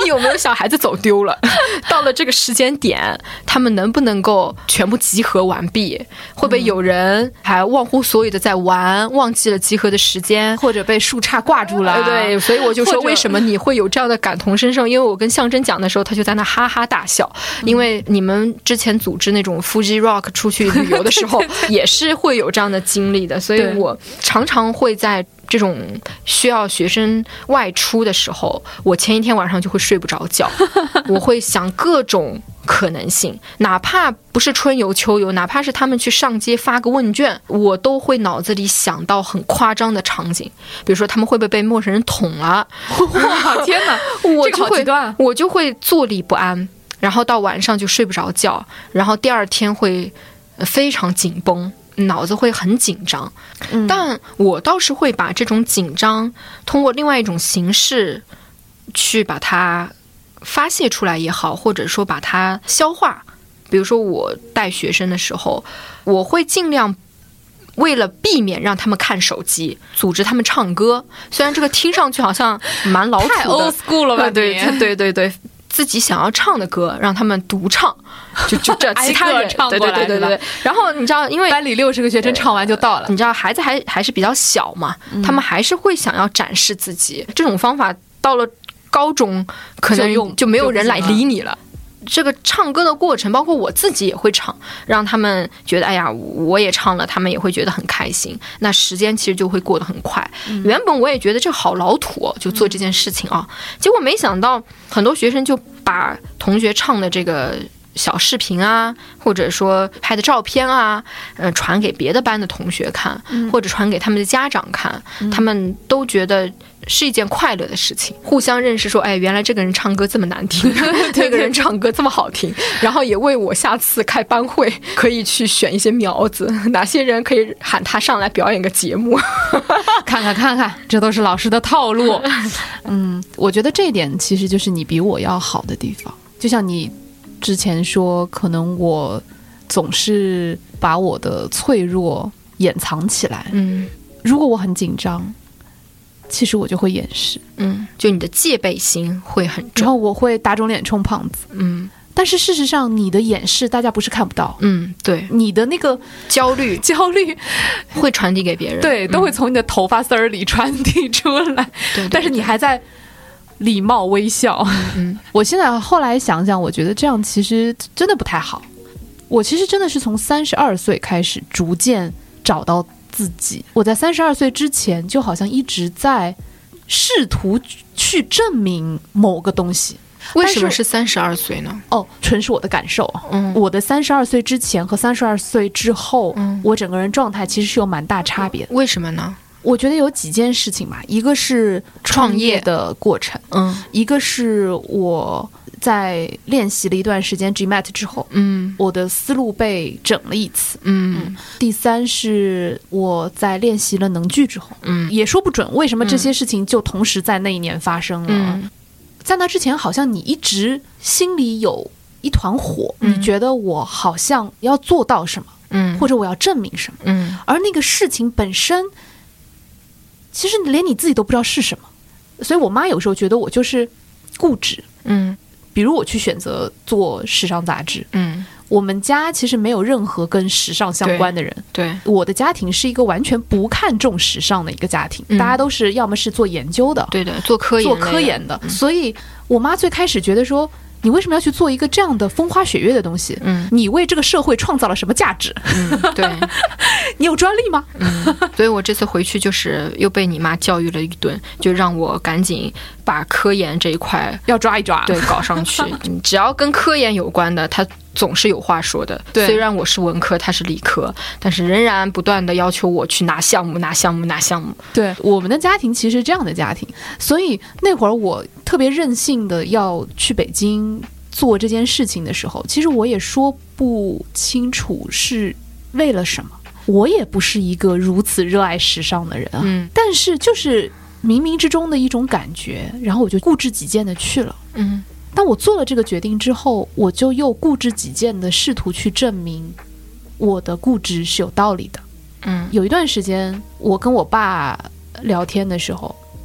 有没有小孩子走丢了？到了这个时间点，他们能不能够全部集合完毕？会不会有人还忘乎所以的在玩，忘记了集合的时间， 或者被树杈挂住了？ 对，所以我就说为什么你会有这样的感同身受？因为我跟象征讲的时候，他就在那哈哈大笑，因为你们之前组织那种 Fuji Rock 出去旅游的时候，也是会有这样的经历的，所以我常常会在这种需要学生外出的时候，我前一天晚上就会睡不着觉，我会想各种可能性，哪怕不是春游秋游，哪怕是他们去上街发个问卷，我都会脑子里想到很夸张的场景，比如说他们会不会被陌生人捅了？ 哇，天哪， 我就会、 这个好极端， 我就会坐立不安，然后到晚上就睡不着觉，然后第二天会非常紧绷，脑子会很紧张、嗯、但我倒是会把这种紧张通过另外一种形式去把它发泄出来也好，或者说把它消化。比如说我带学生的时候，我会尽量为了避免让他们看手机，组织他们唱歌，虽然这个听上去好像蛮老土的， 太 old school 了吧？ 对对对对，自己想要唱的歌让他们独唱，就就这其他人唱过来， 对对对对对。然后你知道，因为班里六十个学生唱完就到了， 你知道孩子还还是比较小嘛、嗯，他们还是会想要展示自己。这种方法到了高中可能就没有人来理你了。这个唱歌的过程，包括我自己也会唱，让他们觉得哎呀我也唱了，他们也会觉得很开心，那时间其实就会过得很快、嗯、原本我也觉得这好老土、哦、就做这件事情啊、嗯，结果没想到很多学生就把同学唱的这个小视频啊，或者说拍的照片啊，呃，传给别的班的同学看、嗯、或者传给他们的家长看、嗯、他们都觉得是一件快乐的事情，互相认识说，哎，原来这个人唱歌这么难听，那个人唱歌这么好听，然后也为我下次开班会可以去选一些苗子，哪些人可以喊他上来表演个节目， 看看看看，这都是老师的套路。嗯，我觉得这一点其实就是你比我要好的地方，就像你之前说，可能我总是把我的脆弱掩藏起来。嗯，如果我很紧张，其实我就会掩饰。 嗯，就你的戒备心会很重， 然后我会打肿脸充胖子。嗯，但是事实上，你的掩饰大家不是看不到。 嗯，对， 你的那个焦虑、 焦虑会传递给别人， 对，都会从你的头发丝儿里传递出来。对、嗯，但是你还在礼貌微笑。嗯，我现在后来想想，我觉得这样其实真的不太好。我其实真的是从三十二岁开始逐渐找到自己。我在三十二岁之前，就好像一直在试图去证明某个东西。 为什么是三十二岁呢？ 哦，纯是我的感受。嗯，我的三十二岁之前和三十二岁之后，嗯，我整个人状态其实是有蛮大差别的。 为什么呢？ 我觉得有几件事情吧，一个是创业的过程，嗯，一个是我在练习了一段时间 G M A T 之后，嗯，我的思路被整了一次，嗯，嗯第三是我在练习了能剧之后，嗯，也说不准为什么这些事情就同时在那一年发生了。嗯，在那之前，好像你一直心里有一团火，嗯，你觉得我好像要做到什么，嗯，或者我要证明什么，嗯，而那个事情本身。其实连你自己都不知道是什么，所以我妈有时候觉得我就是固执。嗯，比如我去选择做时尚杂志，嗯，我们家其实没有任何跟时尚相关的人。对，对我的家庭是一个完全不看重时尚的一个家庭，嗯，大家都是要么是做研究的， 对的，做科研做科研的，嗯，所以我妈最开始觉得说。你为什么要去做一个这样的风花雪月的东西？嗯，你为这个社会创造了什么价值？ 嗯，对， 你有专利吗？ 嗯，所以我这次回去就是又被你妈教育了一顿，就让我赶紧把科研这一块要抓一抓， 对，搞上去。只要跟科研有关的，它总是有话说的。对，虽然我是文科，他是理科，但是仍然不断的要求我去拿项目、拿项目、拿项目。 对，我们的家庭其实是这样的家庭，所以那会儿我特别任性的要去北京做这件事情的时候，其实我也说不清楚是为了什么。我也不是一个如此热爱时尚的人啊，嗯，但是就是冥冥之中的一种感觉，然后我就固执己见的去了。嗯，当我做了这个决定之后，我就又固执己见的试图去证明我的固执是有道理的。嗯，有一段时间我跟我爸聊天的时候，他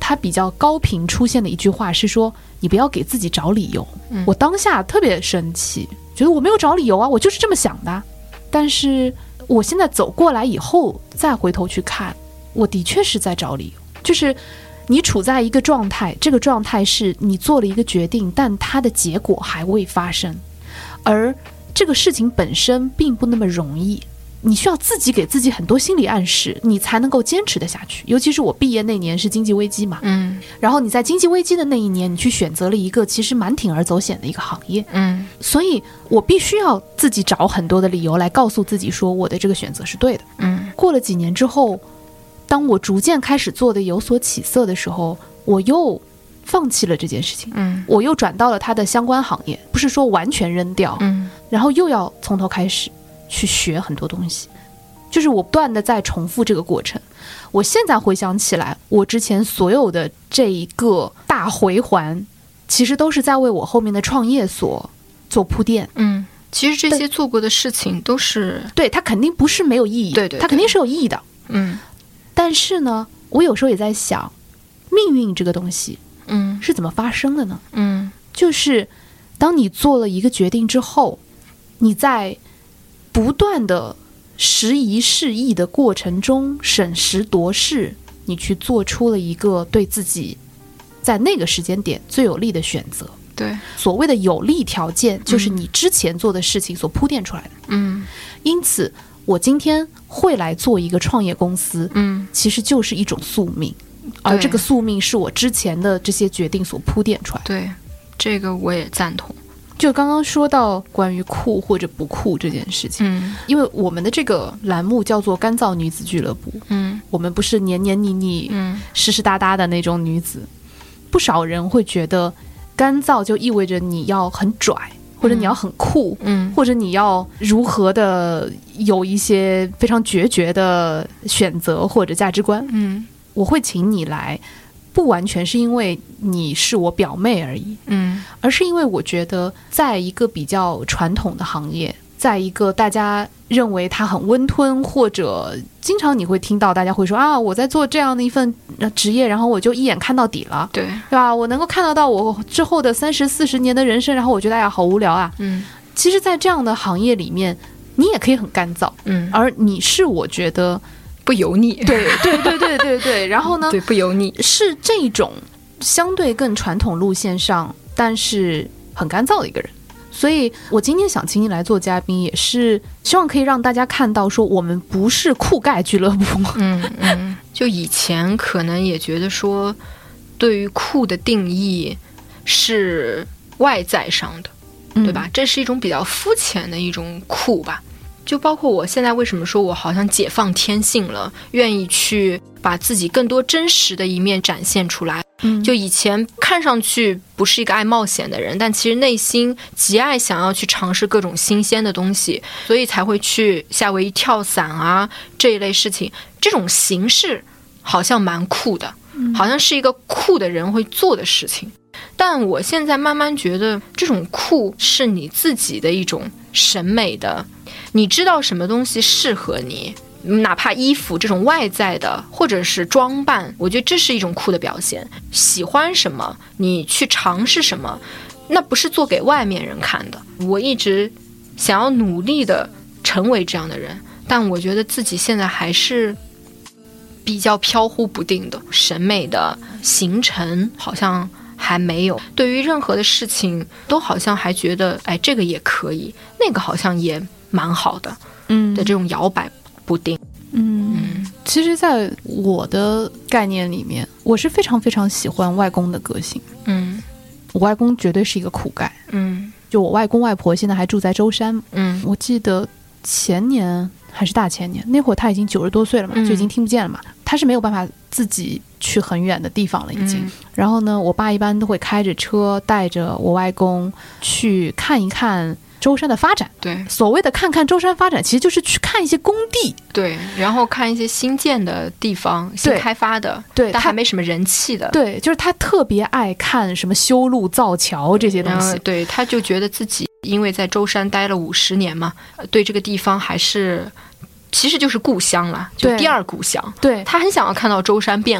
他比较高频出现的一句话是说，你不要给自己找理由。嗯、我当下特别生气，觉得我没有找理由啊，我就是这么想的。但是我现在走过来以后再回头去看，我的确是在找理由。就是你处在一个状态，这个状态是你做了一个决定，但它的结果还未发生，而这个事情本身并不那么容易，你需要自己给自己很多心理暗示，你才能够坚持得下去。尤其是我毕业那年是经济危机嘛，嗯，然后你在经济危机的那一年，你去选择了一个其实蛮铤而走险的一个行业，嗯，所以我必须要自己找很多的理由来告诉自己说我的这个选择是对的，嗯。过了几年之后，当我逐渐开始做的有所起色的时候，我又放弃了这件事情，嗯，我又转到了它的相关行业，不是说完全扔掉，嗯，然后又要从头开始去学很多东西，就是我不断的在重复这个过程。我现在回想起来，我之前所有的这一个大回环，其实都是在为我后面的创业所做铺垫。嗯， 其实这些做过的事情都是对，它肯定不是没有意义， 对 对, 对， 它肯定是有意义的。嗯，但是呢，我有时候也在想，命运这个东西，嗯，是怎么发生的呢？嗯，就是当你做了一个决定之后，你在不断的时移世易的过程中审时度势，你去做出了一个对自己在那个时间点最有利的选择。 对， 所谓的有利条件就是你之前做的事情所铺垫出来的。嗯，因此我今天会来做一个创业公司，嗯，其实就是一种宿命，而这个宿命是我之前的这些决定所铺垫出来的。 对，这个我也赞同。 就刚刚说到关于酷或者不酷这件事情，嗯，因为我们的这个栏目叫做干燥女子俱乐部，嗯，我们不是黏黏腻腻、嗯，湿湿哒哒的那种女子。不少人会觉得干燥就意味着你要很拽，或者你要很酷，嗯，或者你要如何的有一些非常决绝的选择或者价值观，嗯，我会请你来。不完全是因为你是我表妹而已，嗯，而是因为我觉得在一个比较传统的行业，在一个大家认为它很温吞，或者经常你会听到大家会说啊，我在做这样的一份职业，然后我就一眼看到底了， 对， 对吧？我能够看得到我之后的三十四十年的人生，然后我觉得哎呀好无聊啊，嗯，其实在这样的行业里面，你也可以很干燥，嗯，而你是我觉得。 不油腻， 对对对对对对，然后呢？ 对，不油腻是这种相对更传统路线上，但是很干燥的一个人。所以我今天想请你来做嘉宾，也是希望可以让大家看到，说我们不是酷盖俱乐部。 嗯嗯，就以前可能也觉得说，对于酷的定义是外在上的，嗯、对吧？这是一种比较肤浅的一种酷吧。就包括我现在为什么说我好像解放天性了，愿意去把自己更多真实的一面展现出来。嗯，就以前看上去不是一个爱冒险的人，但其实内心极爱想要去尝试各种新鲜的东西，所以才会去夏威夷跳伞啊这一类事情。这种形式好像蛮酷的，好像是一个酷的人会做的事情。但我现在慢慢觉得，这种酷是你自己的一种审美的。你知道什么东西适合你，哪怕衣服这种外在的或者是装扮，我觉得这是一种酷的表现。喜欢什么你去尝试什么，那不是做给外面人看的。我一直想要努力的成为这样的人，但我觉得自己现在还是比较飘忽不定的，审美的形成好像还没有，对于任何的事情都好像还觉得哎这个也可以，那个好像也蛮好的，嗯的这种摇摆不定。 嗯, 嗯其实在我的概念里面，我是非常非常喜欢外公的个性。嗯，我外公绝对是一个酷盖。嗯，就我外公外婆现在还住在舟山。嗯，我记得前年还是大前年，那会儿他已经九十多岁了嘛，就已经听不见了嘛，他是没有办法自己去很远的地方了已经、嗯、然后呢我爸一般都会开着车带着我外公去看一看舟山的发展。 对， 所谓的看看舟山发展其实就是去看一些工地， 对，然后看一些新建的地方，新开发的，对，但还没什么人气的。 对，就是他特别爱看什么修路造桥这些东西。 对，他就觉得自己因为在舟山待了五十年嘛，对这个地方还是其实就是故乡了，就第二故乡。 对， 他很想要看到舟山变好，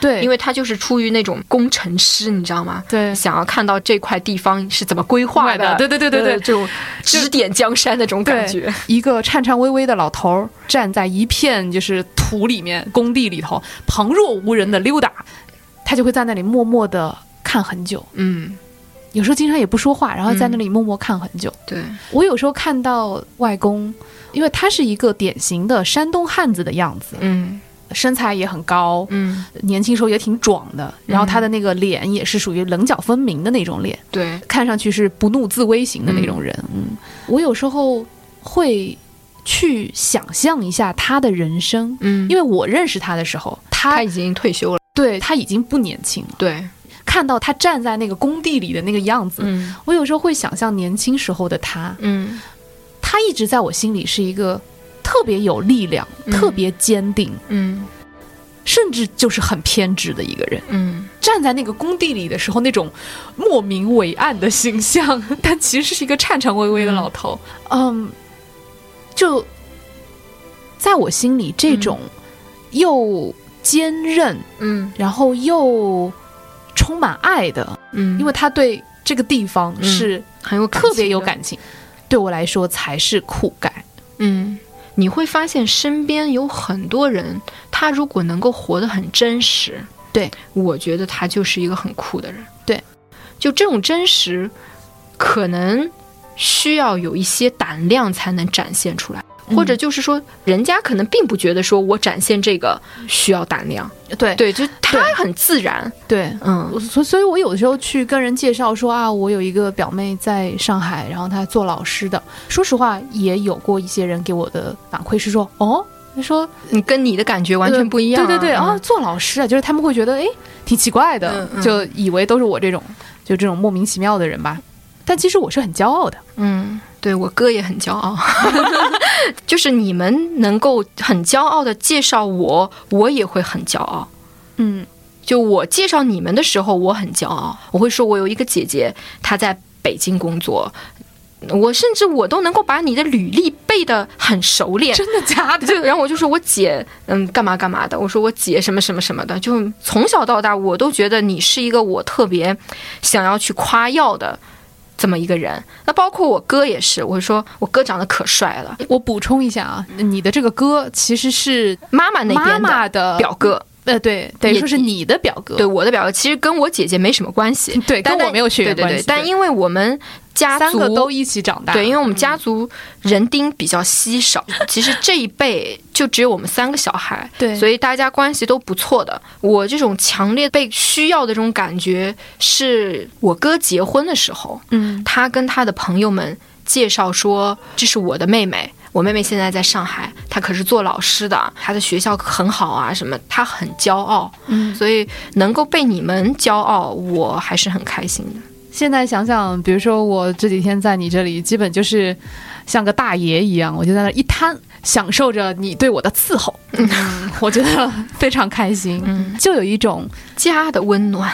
对， 因为他就是出于那种工程师，你知道吗？ 对， 想要看到这块地方是怎么规划的， 对对对对对， 这种指点江山的这种感觉。 一个颤颤巍巍的老头站在一片就是土里面，工地里头，旁若无人的溜达，他就会在那里默默的看很久。 嗯。 有时候经常也不说话，然后在那里默默看很久。 嗯、对， 我有时候看到外公，因为他是一个典型的山东汉子的样子， 嗯， 身材也很高， 嗯， 年轻时候也挺壮的，然后他的那个脸也是属于棱角分明的那种脸， 对， 看上去是不怒自威型的那种人。嗯，嗯我有时候会去想象一下他的人生， 嗯， 因为我认识他的时候，他他已经退休了， 对，他已经不年轻了， 对。 看到他站在那个工地里的那个样子， 嗯， 我有时候会想象年轻时候的他， 嗯， 他一直在我心里是一个特别有力量、 嗯、 特别坚定， 嗯， 甚至就是很偏执的一个人。 嗯， 站在那个工地里的时候，那种莫名伟岸的形象，但其实是一个颤颤巍巍的老头。嗯，就在我心里，这种又坚韧， 嗯， 然后又充满爱的， 嗯， 因为他对这个地方是很有特别有感情，对我来说才是酷盖。 嗯，你会发现身边有很多人，他如果能够活得很真实， 对， 我觉得他就是一个很酷的人。 对， 就这种真实，可能需要有一些胆量才能展现出来。或者就是说，人家可能并不觉得说我展现这个需要胆量， 对对，就他很自然， 对， 嗯， 所所以，我有的时候去跟人介绍说啊，我有一个表妹在上海，然后她做老师的。说实话，也有过一些人给我的反馈是说，哦，他说你跟你的感觉完全不一样、啊呃，对对对，啊、 嗯哦，做老师啊，就是他们会觉得哎，挺奇怪的， 嗯嗯、 就以为都是我这种就这种莫名其妙的人吧。但其实我是很骄傲的， 嗯，对，我哥也很骄傲，就是你们能够很骄傲的介绍我，我也会很骄傲。 嗯， 就我介绍你们的时候，我很骄傲，我会说我有一个姐姐，她在北京工作。我甚至我都能够把你的履历背得很熟练， 真的假的？ 就然后我就说我姐，嗯，干嘛干嘛的。我说我姐什么什么什么的，就从小到大我都觉得你是一个我特别想要去夸耀的这么一个人。那包括我哥也是，我说我哥长得可帅了。 我补充一下啊，你的这个哥其实是妈妈那边的, 的表哥。 呃，对，等于说是你的表哥， 对，我的表哥，其实跟我姐姐没什么关系， 对，跟我没有血缘关系， 对对对，但因为我们家族三个都一起长大， 对，因为我们家族人丁比较稀少，嗯、其实这一辈就只有我们三个小孩， 对， 所以大家关系都不错的。我这种强烈被需要的这种感觉，是我哥结婚的时候， 嗯， 他跟他的朋友们介绍说，这是我的妹妹。我妹妹现在在上海，她可是做老师的，她的学校很好啊，什么，她很骄傲， 嗯， 所以能够被你们骄傲，我还是很开心的。 现在想想，比如说我这几天在你这里，基本就是像个大爷一样，我就在那一摊，享受着你对我的伺候，嗯，我觉得非常开心， 嗯， 就有一种家的温暖。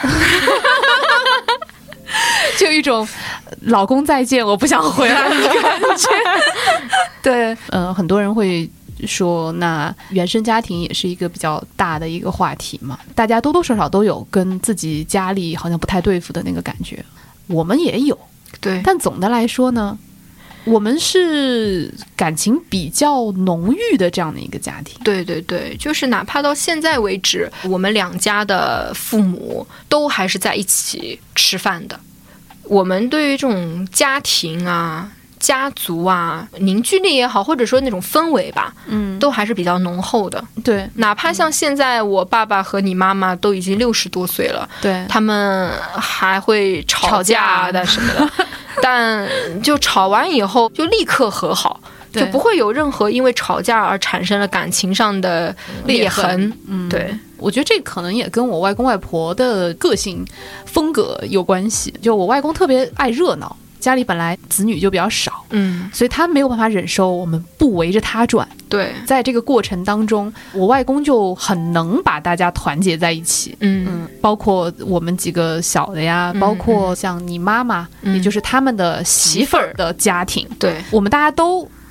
就有一种老公再见，我不想回来的感觉。对，呃，很多人会说，那原生家庭也是一个比较大的一个话题嘛，大家多多少少都有跟自己家里好像不太对付的那个感觉，我们也有， 对。 但总的来说呢，我们是感情比较浓郁的这样的一个家庭。 对对对，就是哪怕到现在为止，我们两家的父母都还是在一起吃饭的。我们对于这种家庭啊、家族啊，凝聚力也好，或者说那种氛围吧， 嗯， 都还是比较浓厚的。 对， 哪怕像现在我爸爸和你妈妈都已经六十多岁了， 对， 他们还会吵架的什么的，但就吵完以后就立刻和好。就不会有任何因为吵架而产生了感情上的裂痕。 嗯， 对， 我觉得这可能也跟我外公外婆的个性风格有关系。就我外公特别爱热闹，家里本来子女就比较少， 嗯， 所以他没有办法忍受我们不围着他转。 对，在这个过程当中，我外公就很能把大家团结在一起。 嗯嗯，包括我们几个小的呀，嗯、包括像你妈妈、嗯，也就是他们的媳妇儿的家庭， 对， 我们大家都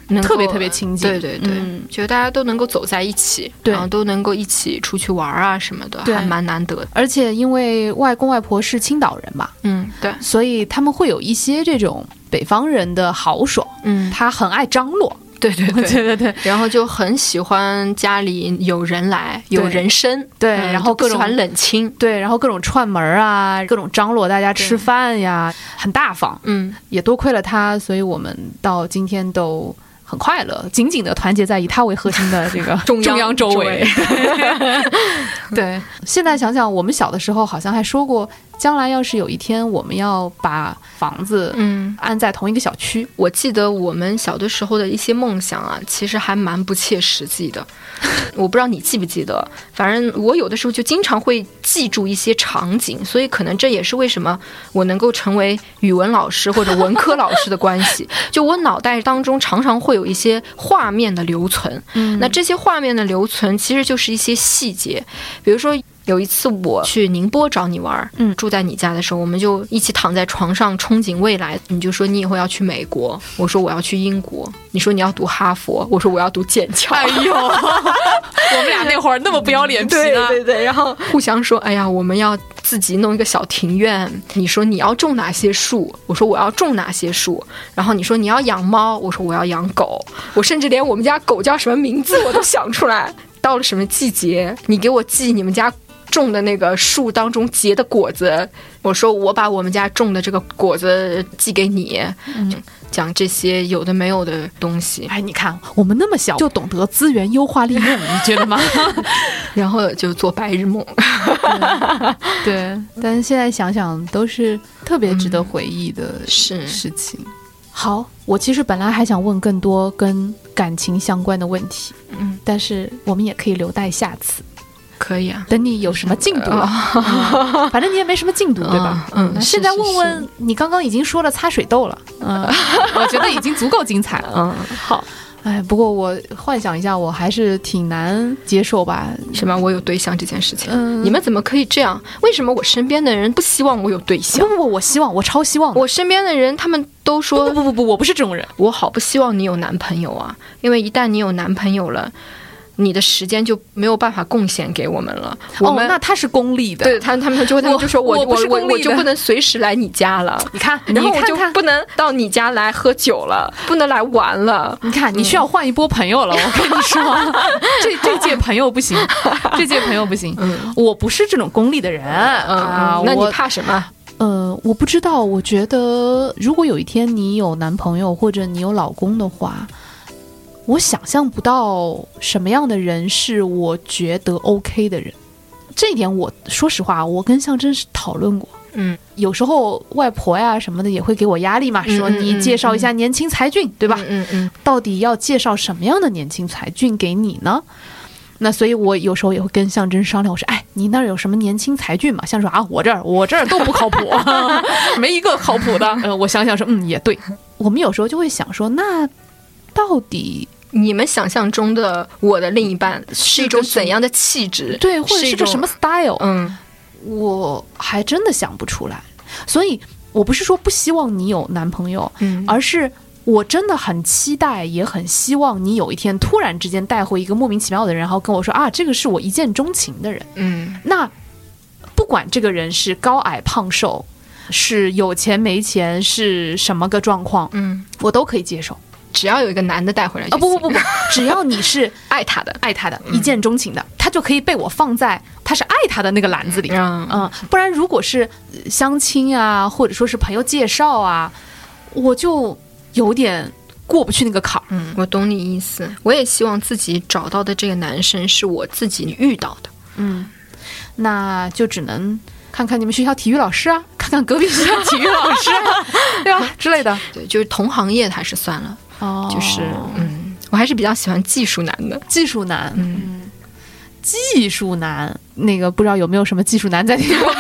特别特别亲近。 对对对，嗯、觉得大家都能够走在一起， 对， 然后都能够一起出去玩啊什么的，还蛮难得的。 而且因为外公外婆是青岛人嘛， 嗯，对， 所以他们会有一些这种北方人的豪爽， 嗯， 他很爱张罗。 对对对对对对， 然后就很喜欢家里有人来，有人声， 对， 嗯、 然后各种喜欢冷清， 对，然后各种串门啊，各种张罗大家吃饭呀，很大方。嗯，也多亏了他，所以我们到今天都很快乐，紧紧的团结在以他为核心的这个中央周围。对，现在想想，我们小的时候好像还说过，将来要是有一天我们要把房子嗯安在同一个小区、 嗯，我记得我们小的时候的一些梦想啊，其实还蛮不切实际的。我不知道你记不记得，反正我有的时候就经常会记住一些场景，所以可能这也是为什么我能够成为语文老师或者文科老师的关系。就我脑袋当中常常会有一些画面的留存，嗯，那这些画面的留存其实就是一些细节，比如说。有一次我去宁波找你玩，嗯，住在你家的时候，我们就一起躺在床上憧憬未来。你就说你以后要去美国，我说我要去英国，你说你要读哈佛，我说我要读剑桥。 哎呦，我们俩那会儿那么不要脸皮呢。 对对对，然后互相说，哎呀，我们要自己弄一个小庭院。你说你要种哪些树，我说我要种哪些树。然后你说你要养猫，我说我要养狗。我甚至连我们家狗叫什么名字我都想出来。到了什么季节，你给我寄你们家种的那个树当中结的果子，我说我把我们家种的这个果子寄给你，嗯，讲这些有的没有的东西。 哎，你看我们那么小就懂得资源优化利用，你觉得吗？ 然后就做白日梦。 对，对，但是现在想想都是特别值得回忆的事情。嗯，好，我其实本来还想问更多跟感情相关的问题，嗯，但是我们也可以留待下次。 可以啊， 等你有什么进度了，嗯、反正你也没什么进度，对吧？嗯，那现在问问你，刚刚已经说了擦水痘了，嗯，我觉得已经足够精彩了。嗯，好。哎，不过我幻想一下，我还是挺难接受吧。 什么？我有对象这件事情，嗯，你们怎么可以这样？为什么我身边的人不希望我有对象？ 不不不，我希望，我超希望。 我身边的人他们都说， 不不不不，我不是这种人。 我好不希望你有男朋友啊，因为一旦你有男朋友了。你的时间就没有办法贡献给我们了。我们哦，那他是功利的， 对他他们就他们就说我我我我我就不能随时来你家了。 你看， 然后我就不能到你家来喝酒了，不能来玩了。 你看，你需要换一波朋友了。嗯、我跟你说，这这届朋友不行，这届朋友不行。嗯，我不是这种功利的人、嗯、啊。 那你怕什么？ 呃，我不知道。我觉得，如果有一天你有男朋友或者你有老公的话。我想象不到什么样的人是我觉得 OK 的人，这一点我说实话，我跟象征是讨论过。嗯，有时候外婆呀什么的也会给我压力嘛，嗯、说你介绍一下年轻才俊，嗯、对吧？嗯嗯，到底要介绍什么样的年轻才俊给你呢？那所以我有时候也会跟象征商量，我说，哎，你那儿有什么年轻才俊嘛？象征说啊，我这儿我这儿都不靠谱，没一个靠谱的。呃，我想想说，嗯，也对。我们有时候就会想说，那到底。 你们想象中的我的另一半是一种怎样的气质？ 对，或者是个什么 style？ 嗯， 我还真的想不出来。所以我不是说不希望你有男朋友，嗯，而是我真的很期待，也很希望你有一天突然之间带回一个莫名其妙的人，然后跟我说啊，这个是我一见钟情的人。嗯，那不管这个人是高矮胖瘦，是有钱没钱，是什么个状况，嗯，我都可以接受。 只要有一个男的带回来就行。哦不不不不，只要你是爱他的、 爱他的、一见钟情的，他就可以被我放在他是爱他的那个篮子里。嗯嗯，不然如果是相亲啊，或者说是朋友介绍啊，我就有点过不去那个坎儿。 嗯，我懂你意思。我也希望自己找到的这个男生是我自己遇到的。 嗯，那就只能看看你们学校体育老师啊，看看隔壁学校体育老师啊，对吧之类的。 对，就是同行业还是算了。哦，就是嗯，我还是比较喜欢技术男的。 技术男，嗯，技术男，那个不知道有没有什么技术男在听我们节目？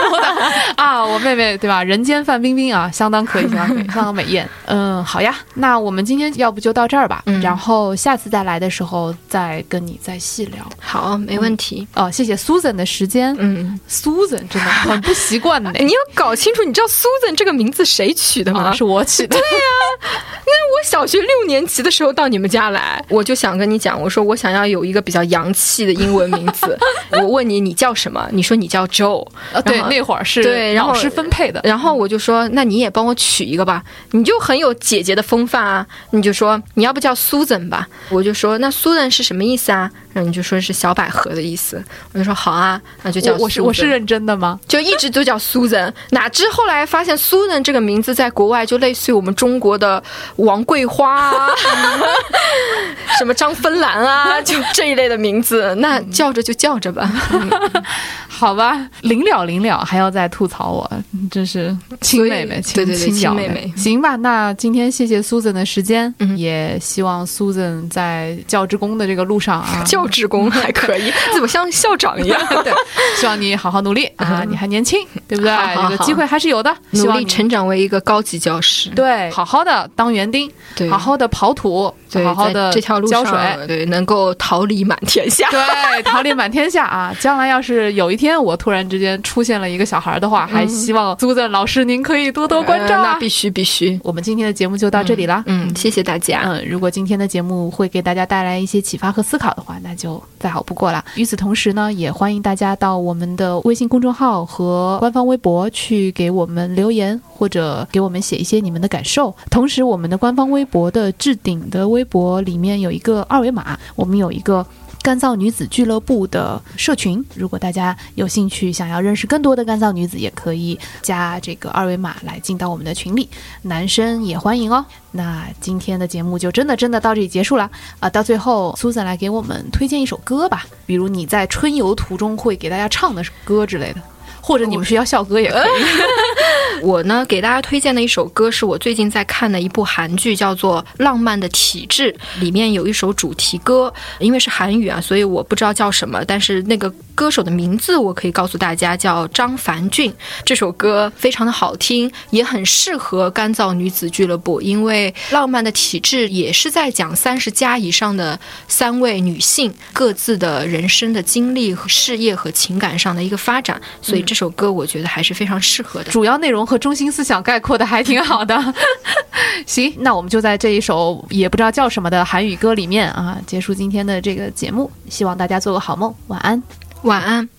的啊，我妹妹对吧？人间范冰冰啊，相当可以，相当可以，相当美艳。嗯，好呀，那我们今天要不就到这儿吧，嗯、然后下次再来的时候再跟你再细聊。 好，没问题。 嗯、哦，谢谢 Susan 的时间。嗯 ，Susan 真的很不习惯呢。 你要搞清楚，你知道 Susan 这个名字谁取的吗？ 哦、是我取的。 对呀、啊，因为我小学六年级的时候到你们家来，我就想跟你讲，我说我想要有一个比较洋气的英文名字。我问你，你叫什么？你说你叫 Joe。 啊，对，那会儿是对老师分配的。 然后我就说，那你也帮我取一个吧，你就很有姐姐的风范啊。你就说你要不叫 Susan 吧，我就说那 Susan 是什么意思啊？然后你就说是小百合的意思。我就说好啊，那就叫 Susan。 我是我是认真的吗？ 就一直都叫 Susan。哪知后来发现 Susan 这个名字在国外就类似于我们中国的王桂花啊，什么张芬兰啊，就这一类的名字，那叫着就叫着吧。嗯、 好吧，临了临了还要再吐槽我，真是亲妹妹，亲对对对， 亲妹妹。 行吧，那今天谢谢 Susan 的时间，嗯、也希望 Susan 在教职工的这个路上啊， 教职工还可以，怎么像校长一样？ 对，希望你好好努力啊，你还年轻，对不对？ 好好好， 这个机会还是有的， 努力成长为一个高级教师。 对，好好的当园丁，对，好好的刨土， 对， 好好的这条路上浇水， 对，能够桃李满天下。 对，桃李满天下啊！将来要是有一天我突然之间出现了一个小孩的话，嗯、还希望苏赞老师您可以多多关照、啊呃。那必须必须。 我们今天的节目就到这里了， 嗯，嗯谢谢大家。 嗯，如果今天的节目会给大家带来一些启发和思考的话，那就再好不过了。与此同时呢，也欢迎大家到我们的微信公众号和官方微博去给我们留言，或者给我们写一些你们的感受。同时，我们的官方微博的置顶的微博里面有一个二维码，我们有一个干燥女子俱乐部的社群，如果大家有兴趣想要认识更多的干燥女子，也可以加这个二维码来进到我们的群里，男生也欢迎哦。那今天的节目就真的真的到这里结束了啊、呃！到最后 Susan 来给我们推荐一首歌吧，比如你在春游途中会给大家唱的歌之类的，或者你们学校校歌也可以。 我呢，给大家推荐的一首歌是我最近在看的一部韩剧，叫做《浪漫的体质》，里面有一首主题歌，因为是韩语啊，所以我不知道叫什么，但是那个歌手的名字我可以告诉大家，叫张凡俊。这首歌非常的好听，也很适合干燥女子俱乐部，因为《浪漫的体质》也是在讲三十加以上的三位女性各自的人生的经历和事业和情感上的一个发展，所以这首歌我觉得还是非常适合的。 主要内容和中心思想概括的还挺好的。行，那我们就在这一首也不知道叫什么的韩语歌里面啊，结束今天的这个节目。希望大家做个好梦，晚安， 晚安。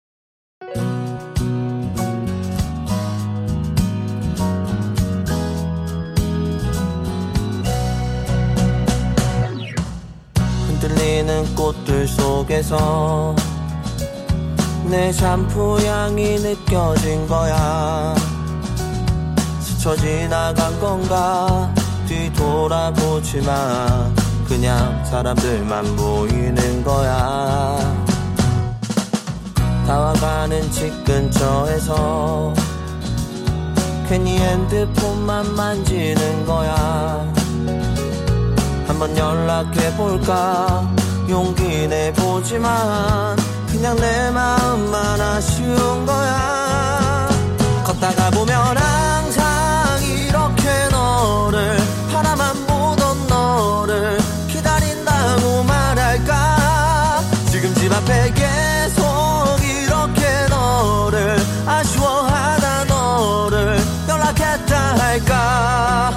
흔들리는 꽃들 속에서 내 샴푸 향이 느껴진 거야. 스쳐 지나간 건가 뒤돌아보지마 그냥 사람들만 보이는 거야. 다와가는 집 근처에서 괜히 핸드폰만 만지는 거야. 한번 연락해볼까 용기 내보지만 그냥 내 마음만 아쉬운 거야. 걷다가 보면 항상 이렇게 너를 바라만 보던 너를 기다린다고 말할까. 지금 집 앞에 계속 이렇게 너를 아쉬워하다 너를 연락했다 할까.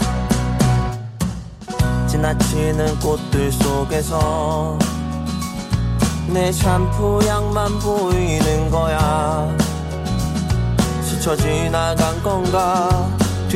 지나치는 꽃들 속에서 내 샴푸 향만 보이는 거야. 스쳐 지나간 건가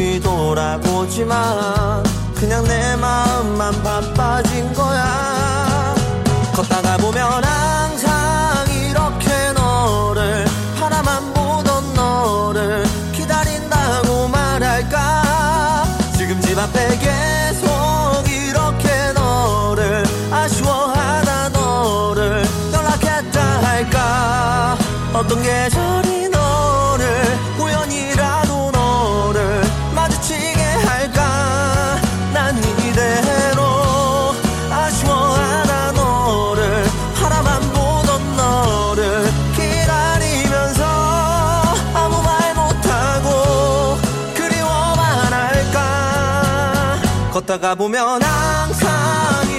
뒤돌아보지만 그냥 내 마음만 바빠진 거야. 걷다가 보면 항상 이렇게 너를 바라만 보던 너를 기다린다고 말할까. 지금 집 앞에 계속 이렇게 너를 아쉬워하다 너를 연락했다 할까. 어떤 계절이 너를 우연이라도 너를 마주치게 할까. 난 이대로 아쉬워하다 너를 바라만 보던 너를 기다리면서 아무 말 걷다가 보면 항상